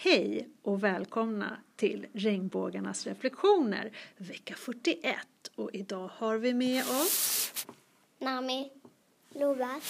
Hej och välkomna till Regnbågarnas reflektioner, vecka 41. Och idag har vi med oss Nami, Lova,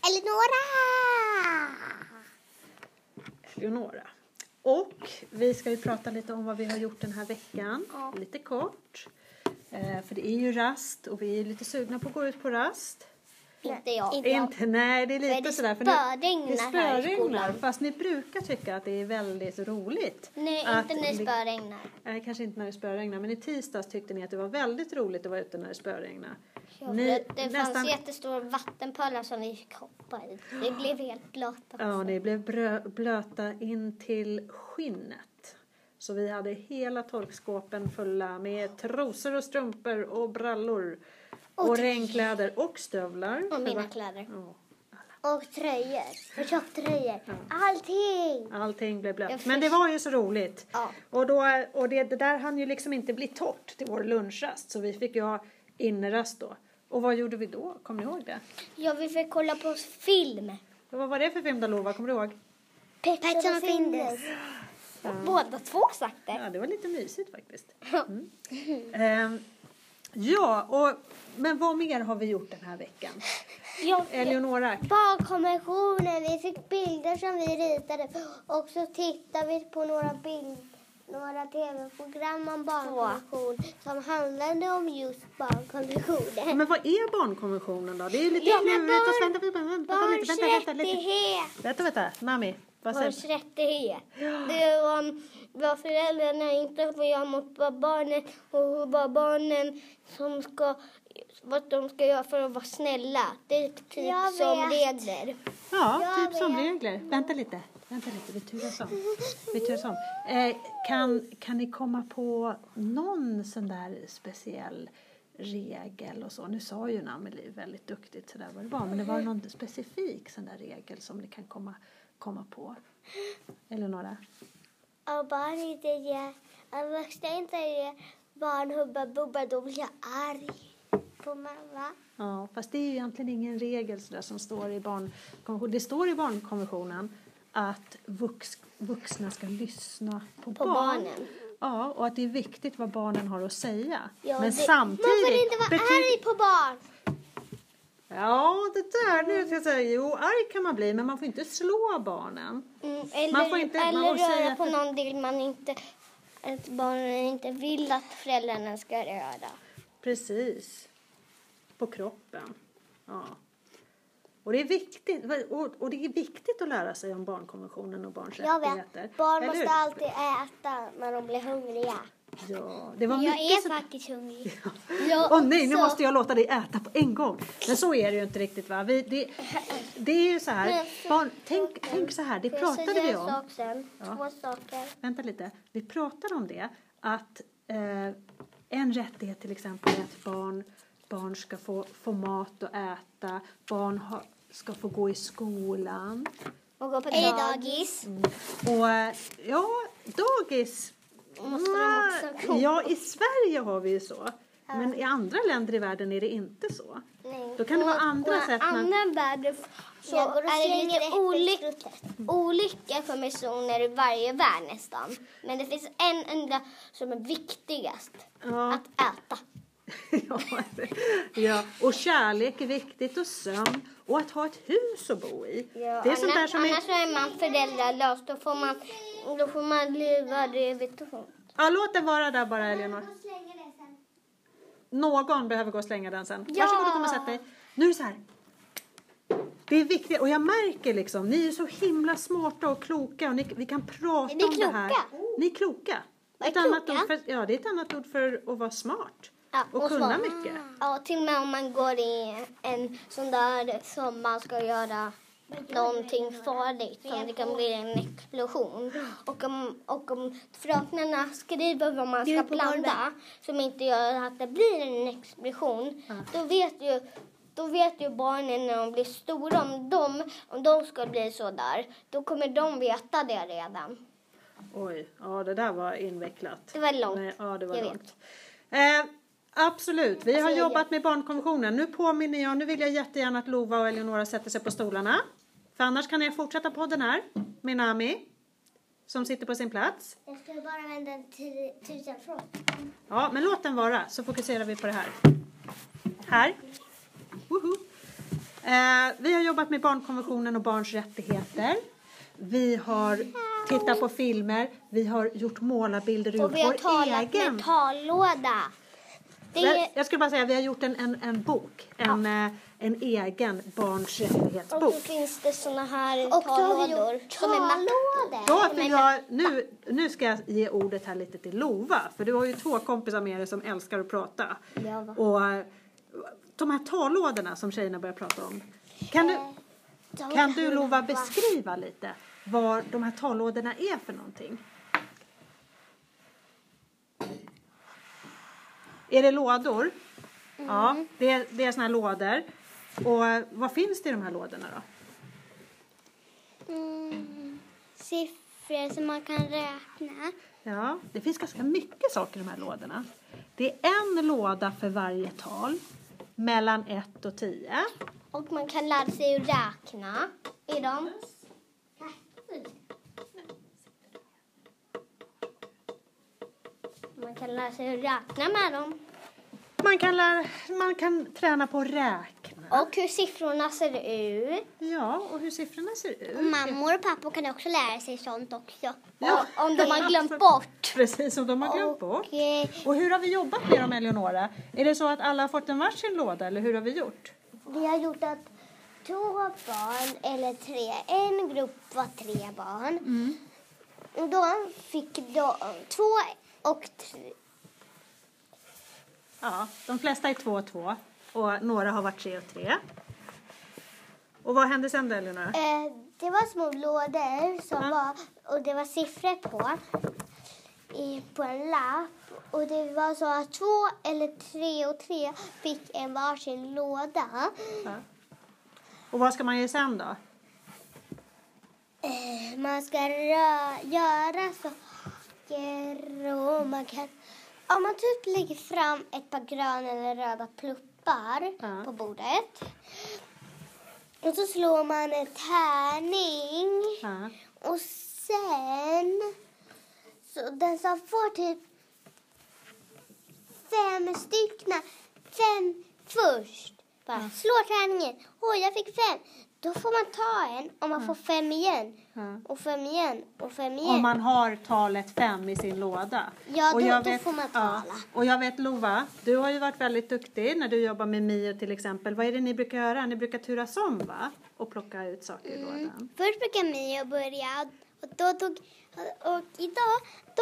Eleonora. Och vi ska ju prata lite om vad vi har gjort den här veckan, lite kort. För det är ju rast och vi är lite sugna på att gå ut på rast. Inte jag. Nej, det är lite sådär. För det spöregnar, fast ni brukar tycka att det är väldigt roligt. Nej, inte när det spöregnar. Nej, kanske inte när det spöregnar. Men i tisdags tyckte ni att det var väldigt roligt att vara ute när det spöregnar. Ja, det fanns jättestora vattenpölar som vi fick hoppa i. Det blev helt blöta. Ja, ni blev blöta in till skinnet. Så vi hade hela torkskåpen fulla med trosor och strumpor och brallor. Och regnkläder och stövlar. Och mina kläder. Ja. Och tröjor. Och tjocktröjor. Ja. Allting blev blött. Men det var ju så roligt. Ja. Och det där hann ju liksom inte bli torrt till vår lunchrast. Så vi fick ju ha innerast då. Och vad gjorde vi då? Kommer ni ihåg det? Ja, vi fick kolla på film. Vad var det för film då, Lova? Kommer du ihåg? Pets and Finders. Ja. Båda två sagt det. Ja, det var lite mysigt faktiskt. Mm. Men vad mer har vi gjort den här veckan? Eleonora? Barnkonventionen, vi fick bilder som vi ritade. Och så tittade vi på några tv-program om barnkonvention som handlade om just barnkonventionen. Men vad är barnkonventionen då? Det är ju lite kluvet. Vänta. Nami, vad säger du? Barns rättighet. Det är vad föräldrarna inte får göra mot barnen och vad barnen vad de ska göra för att vara snälla. Det är typ som regler. Ja, typ som regler. Vänta lite, vi turas om. Kan ni komma på någon sån där speciell regel och så? Nu sa ju Nameli väldigt duktigt sådär vad det var. Men det var någon specifik sån där regel som ni kan komma på. Eller några? Och barn inte ger, och vuxna inte ger barn hubba då blir jag arg på mamma. Ja, fast det är ju egentligen ingen regel så där som står i barnkonventionen. Det står i barnkonventionen att vuxna ska lyssna på barnen. Ja, och att det är viktigt vad barnen har att säga. Ja, men samtidigt... Man får inte vara arg på barn. Ja, det där nu ska jag säga. Jo, arg kan man bli, men man får inte slå barnen. Eller röra på någon del att barnen inte vill att föräldrarna ska röra. Precis. På kroppen. Ja. Och det är viktigt. Och det är viktigt att lära sig om barnkonventionen och barns rättigheter. Jag vet. Barn måste alltid äta när de blir hungriga. Ja, det var jag är faktiskt hungrig. Ja. Nej, nu måste jag låta dig äta på en gång. Men så är det ju inte riktigt, va? Det är ju så här. Barn, tänk så här, det pratade vi om. Två saker. Vänta lite. Vi pratade om det. Att en rättighet till exempel är att barn ska få mat att äta. Barn ska få gå i skolan. Och gå på dagis. Dagis. Ja, i Sverige har vi ju så. Men i andra länder i världen är det inte så. Nej. Då kan det vara andra sätt. Andra världar så är det lite olika kommissioner i varje värld nästan. Men det finns en enda som är viktigast. Att äta. Ja, och kärlek är viktigt och sömn. Och att ha ett hus att bo i. Ja, det är sånt där som annars är man föräldralös. Då får man leva det. Ja, låt den vara där bara, Eleonora. Någon behöver gå och slänga den sen. Varsågod och kom och sätt dig. Nu är det så här. Det är viktigt. Och jag märker liksom, ni är så himla smarta och kloka. Och vi kan prata om det här. Ni är kloka. Det är ett annat ord för att vara smart. Ja, och kunna mycket. Ja, till och med om man går i en sån där som man ska göra någonting farligt som det kan bli en explosion. Och om fröknarna skriver vad man ska blanda som inte gör att det blir en explosion, då vet ju barnen när de blir stora om de ska bli så där, då kommer de veta det redan. Oj, ja, det där var invecklat. Det var långt. Nej, ja, det var långt. Absolut, vi har jobbat med barnkonventionen. Nu påminner jag, nu vill jag jättegärna att Lova och Eleonora sätter sig på stolarna. För annars kan jag fortsätta podden här med Nami. som sitter på sin plats. Jag ska bara vända till 1000 från. Ja, men låt den vara så fokuserar vi på det här. Här. Woho! Vi har jobbat med barnkonventionen och barns rättigheter. Vi har tittat på filmer. Vi har gjort målarbilder ur vår egen. Och vi har talat med tallåda. Jag skulle bara säga att vi har gjort en bok. En egen barns rättighetsbok. Och så finns det såna här tallådor som är nu ska jag ge ordet här lite till Lova. För du har ju 2 kompisar med dig som älskar att prata. Ja. Och de här tallådorna som tjejerna börjar prata om. Kan du Lova beskriva lite vad de här tallådorna är för någonting? Är det lådor? Ja, det är såna här lådor. Och vad finns det i de här lådorna då? Siffror som man kan räkna. Ja, det finns ganska mycket saker i de här lådorna. Det är en låda för varje tal. Mellan 1 och 10. Och man kan lära sig att räkna i dem. Man kan lära sig att räkna med dem. Man kan träna på att räkna. Och hur siffrorna ser ut. Ja, och hur siffrorna ser ut. Och mammor och pappa kan också lära sig sånt också. Ja. Om de har glömt bort. Precis, som de har glömt bort. Och hur har vi jobbat med dem, Eleonora? Är det så att alla har fått en varsin låda, eller hur har vi gjort? Vi har gjort att 2 barn eller 3. En grupp var 3 barn. Och då fick 2 och 3. Ja, de flesta är 2 och 2. Och några har varit 3 och 3. Och vad hände sen då, Eleonora? Det var små lådor som var, och det var siffror på en lapp. Och det var så att 2 eller 3 och 3 fick en varsin låda. Ja. Och vad ska man göra sen då? Man ska göra saker och man kan... Om man typ lägger fram ett par gröna eller röda pluppar på bordet. Och så slår man en tärning. Och sen... Så den som får typ 5 stycken. 5 först. Bara slår tärningen. Oj, jag fick 5. Då får man ta en och man får 5 igen. Och 5 igen och 5 igen. Om man har talet 5 i sin låda. Ja, då får man tala. Och jag vet, Lova, du har ju varit väldigt duktig när du jobbar med Mio till exempel. Vad är det ni brukar göra? Ni brukar turas om, va? Och plocka ut saker i lådan. Först brukar Mio börja. Och idag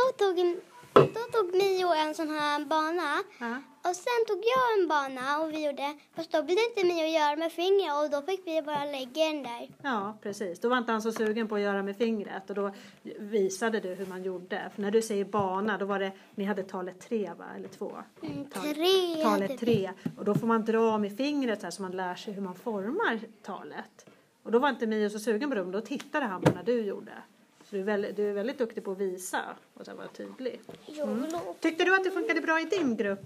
tog Mio en sån här bana. Och sen tog jag en bana och vi gjorde. Fast då blev det inte Mio att göra med fingret. Och då fick vi bara lägga den där. Ja, precis. Då var inte han så sugen på att göra med fingret. Och då visade du hur man gjorde. För när du säger bana, då var det, ni hade talet 3, va? Eller 2? 3. Talet 3. Och då får man dra med fingret så här, så man lär sig hur man formar talet. Och då var inte Mio så sugen på det. Då tittade han på när du gjorde. Så du är väldigt duktig på att visa och så vara tydlig. Tyckte du att det funkade bra i din grupp?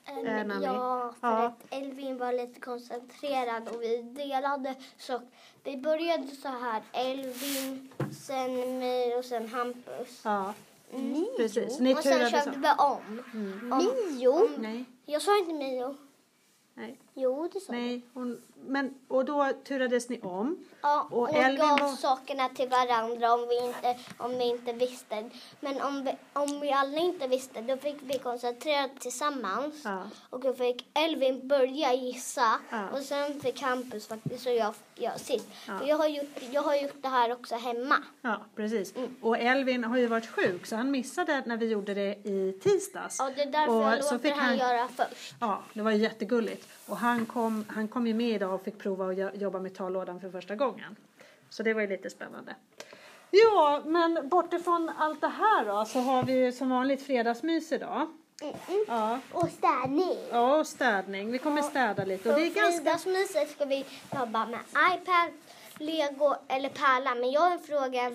Ja, för att Elvin var lite koncentrerad och vi delade. Så det började så här. Elvin, sen mig och sen Hampus. Ja, precis. Och sen körde vi om. Mio? Nej. Jag sa inte Mio. Nej. Jo, det sa Nej, och då turades ni om. Ja, och gav sakerna till varandra om vi inte visste. Men om vi alla inte visste, då fick vi koncentrera tillsammans. Ja. Och då fick Elvin börja gissa. Ja. Och sen fick Hampus faktiskt och jag sist. Ja. Och jag har gjort det här också hemma. Ja, precis. Och Elvin har ju varit sjuk så han missade när vi gjorde det i tisdags. Ja, det är därför jag låter han göra först. Ja, det var jättegulligt. Och han kom ju med idag och fick prova att jobba med tallådan för första gången. Så det var ju lite spännande. Ja, men bortifrån allt det här då så har vi ju som vanligt fredagsmys idag. Ja. Och städning. Ja, och städning. Vi kommer städa lite. Och det är fredagsmyset ska vi jobba med iPad, Lego eller pärla. Men jag har en fråga.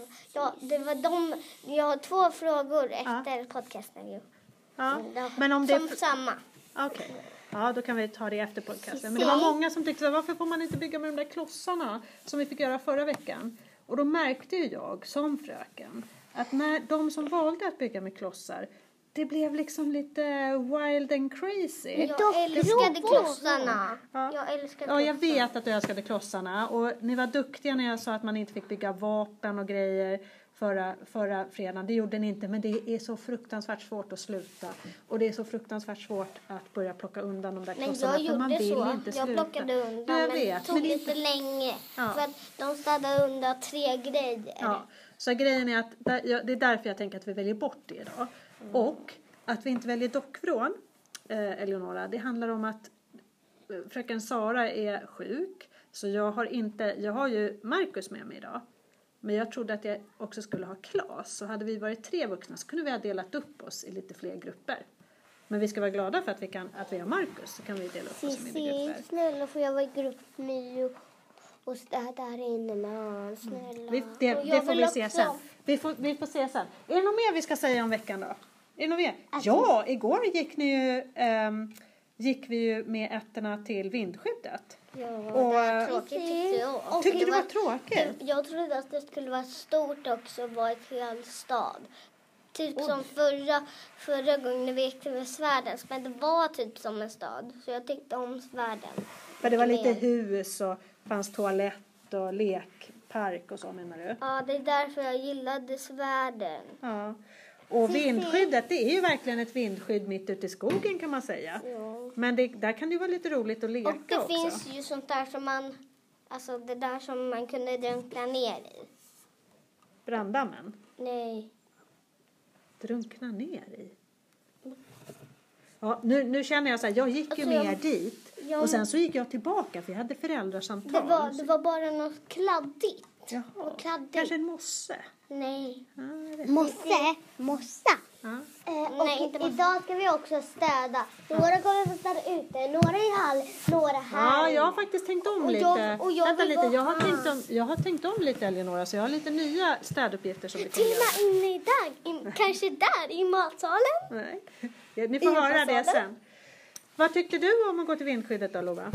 Jag har 2 frågor efter podcasten. Ja, men om det är samma. Okej. Ja, då kan vi ta det efter podcasten. Men det var många som tyckte, varför får man inte bygga med de där klossarna som vi fick göra förra veckan? Och då märkte ju jag som fröken att när de som valde att bygga med klossar, det blev liksom lite wild and crazy. Jag älskade klossarna. Jag vet att du älskade klossarna. Och ni var duktiga när jag sa att man inte fick bygga vapen och grejer förra fredagen. Det gjorde ni inte, men det är så fruktansvärt svårt att sluta. Och det är så fruktansvärt svårt att börja plocka undan de där klossarna. Men jag man vill så. Inte jag plockade undan, men det tog lite länge. Ja. För att de städade undan 3 grejer. Ja. Så grejen är att det är därför jag tänker att vi väljer bort det idag. Och att vi inte väljer dockvrån, Eleonora, det handlar om att fröken Sara är sjuk. Så jag har ju Marcus med mig idag. Men jag trodde att jag också skulle ha Claes. Så hade vi varit 3 vuxna så kunde vi ha delat upp oss i lite fler grupper. Men vi ska vara glada för att vi har Marcus. Så kan vi dela upp oss i mindre grupper. Snälla, får jag vara i grupp 9 och städa här inne med snälla. Det får vi se sen. Vi får se sen. Är det något mer vi ska säga om veckan då? Är det något mer? Ja, igår gick vi ju med ettorna till vindskyddet. Ja, och det var tråkigt tyckte jag. Tyckte du det var tråkigt? Jag trodde att det skulle vara stort också, vara ett hel stad. Typ som förra gången när vi gick till Svärden. Men det var typ som en stad. Så jag tyckte om Svärden. För det var lite hus och fanns toalett och lekpark och så, menar du? Ja, det är därför jag gillade Svärden. Ja. Och vindskyddet, det är ju verkligen ett vindskydd mitt ute i skogen kan man säga. Ja. Men där kan det ju vara lite roligt att leka också. Och det finns ju sånt där det där som man kunde drunkna ner i. Branddammen? Nej. Drunkna ner i? Ja, nu känner jag så här, jag gick ju med dit. Och sen så gick jag tillbaka för jag hade föräldrasamtal. Det var bara något kladdigt. Jaha, kanske en mosse? Nej. Mossa. Ja. Och idag ska vi också städa. Några kommer få städa ute, några i hall, några här. Ja, jag har faktiskt tänkt om lite. Vänta lite, jag har tänkt om lite, Eleonora, så jag har lite nya städuppgifter som vi kommer göra. Till och med inne där, kanske där i matsalen. Nej, ni får höra det sen. Vad tyckte du om att gå till vindskyddet då, Lova?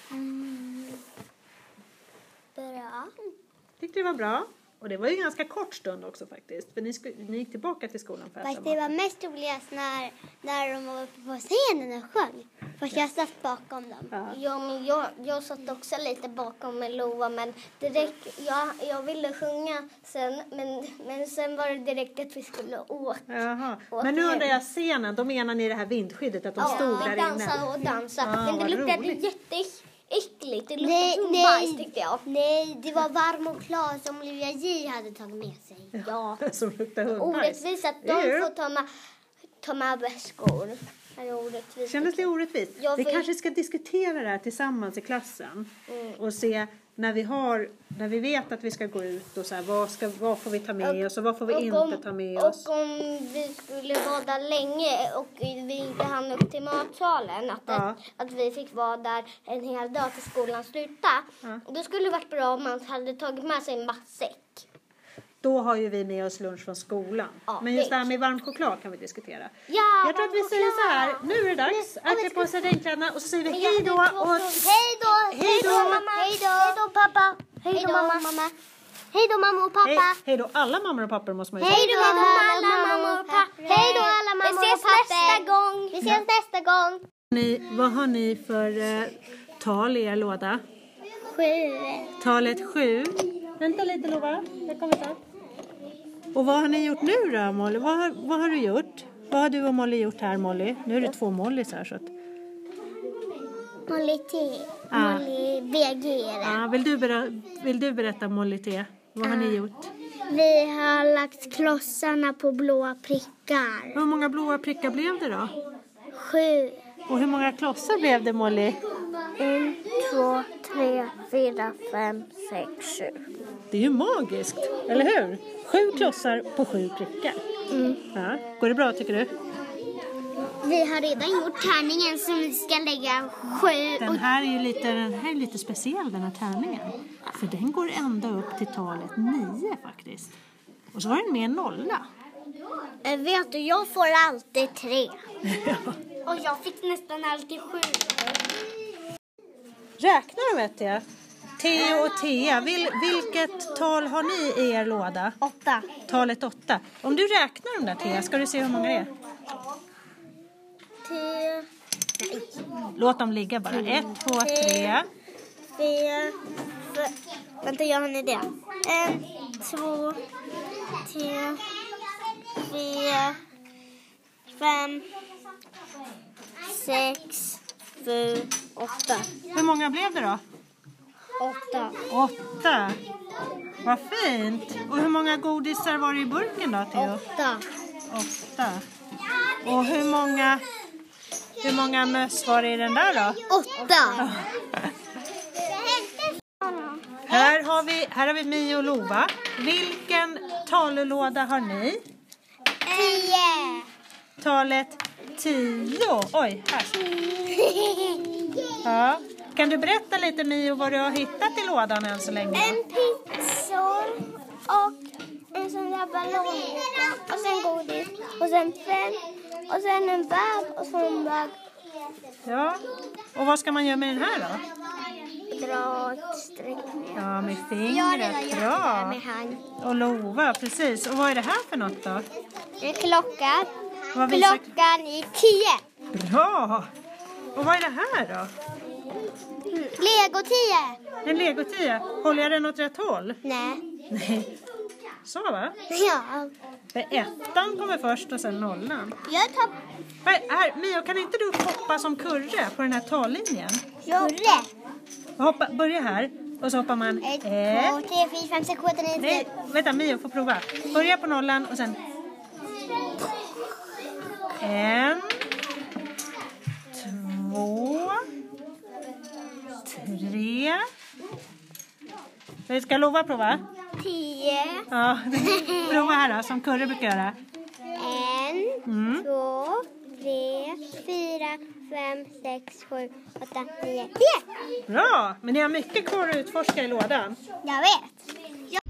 Bra. Tyckte det var bra. Och det var ju en ganska kort stund också faktiskt. För ni gick tillbaka till skolan för att fast det var mest roligast när de var uppe på scenen och sjöng. Fast jag satt bakom dem. Ja, men jag satt också lite bakom med Lova. Men direkt, jag ville sjunga sen. Men sen var det direkt att vi skulle åka. Jaha. Men nu undrar jag scenen. Då menar ni det här vindskyddet att de stod där inne? Ja, dansade och dansade. Men det luktade äckligt. Det luktade som bajs tyckte jag. Nej, det var varm och klar som Olivia J hade tagit med sig. Ja. Som luktade hundbajs. Orättvist att de får ta med väskor. Kändes det orättvist? Vi kanske ska diskutera det här tillsammans i klassen. Och se när vi vet att vi ska gå ut och så här, vad får vi ta med oss och vad får vi inte ta med oss. Och om vi skulle vara där länge och vi inte hann upp till matsalen, att vi fick vara där en hel dag till skolan sluta. Då skulle det varit bra om man hade tagit med sig en matsäck. Då har ju vi med oss lunch från skolan. Ja, men just det här med varm choklad kan vi diskutera. Ja, jag tror att vi säger så här. Nu är det dags att klä på sig regnkläderna. Och så säger vi hej då. Hej då pappa. Hej då mamma. Hej då mamma och pappa. Hej då alla mammor och pappor måste man ju säga. Hej då alla mammor och pappor. Hej då alla mammor och pappor. Vi ses nästa gång. Vad har ni för tal i er låda? 7. Talet 7. Vänta lite Lova. Jag kommer ta. Och vad har ni gjort nu då, Molly? Vad har du gjort? Vad har du och Molly gjort här, Molly? Nu är det 2 Mollys här. Så att... Molly T. Molly BG. Vill du berätta, Molly T? Vad har ni gjort? Vi har lagt klossarna på blåa prickar. Hur många blåa prickar blev det då? 7. Och hur många klossar blev det, Molly? 1, 2, 3, 4, 5, 6, 7. Det är ju magiskt, eller hur? 7 klossar på 7 prickar. Ja. Går det bra, tycker du? Vi har redan gjort tärningen som vi ska lägga 7. Den här är lite speciell, den här tärningen. För den går ända upp till talet 9 faktiskt. Och så har den med en 0. Vet du, jag får alltid 3. Och jag fick nästan alltid 7. Räknar du, vet jag? Theo och Thea, vilket tal har ni i er låda? 8. Talet 8. Om du räknar dem där, Thea, ska du se hur många det är. Låt dem ligga bara. 1, 2, 3. 4. Vänta, jag har en idé. 1, 2, 3, 4, 5, 6, 7, 8. Hur många blev det då? 8. 8. Vad fint. Och hur många godisar var det i burken då, Theo? 8. 8. Och hur många möss var det i den där då? 8. Här har vi Mio och Lova. Vilken talelåda har ni? 10. Talet 10. Oj, här. Ja. Kan du berätta lite, Mio, vad du har hittat i lådan än så länge? En pizza och en sån där ballong och sen godis och sen pen och sen en bag och sen en bag. Ja. Och vad ska man göra med den här då? Dra ett streck med. Ja, med fingret. Bra. Med hand. Och Lova, precis. Och vad är det här för något då? En klocka. Vad visar... Klockan är 10. Bra! Och vad är det här då? Lego 10. En Lego 10. Håller jag den åt rätt håll? Nej. Nej. Så va? Ja. För 1:an kommer först och sen 0:an. Jag tar Här, Mio, kan inte du hoppa som Kurre på den här tallinjen? Kurre. Börja här. Och så hoppar man 1, 2, 3, 4, 5, 6, 7, 8, 9, 10. Nej, vänta, Mio får prova. Börja på 0:an och sen 1, 2, 3. Vi ska Lova prova. 10. Ja, prova här då, som Kurre brukar göra. 1, 2, 3, 4, 5, 6, 7, 8, 9, 10. Bra, men ni har mycket kvar att utforska i lådan. Jag vet.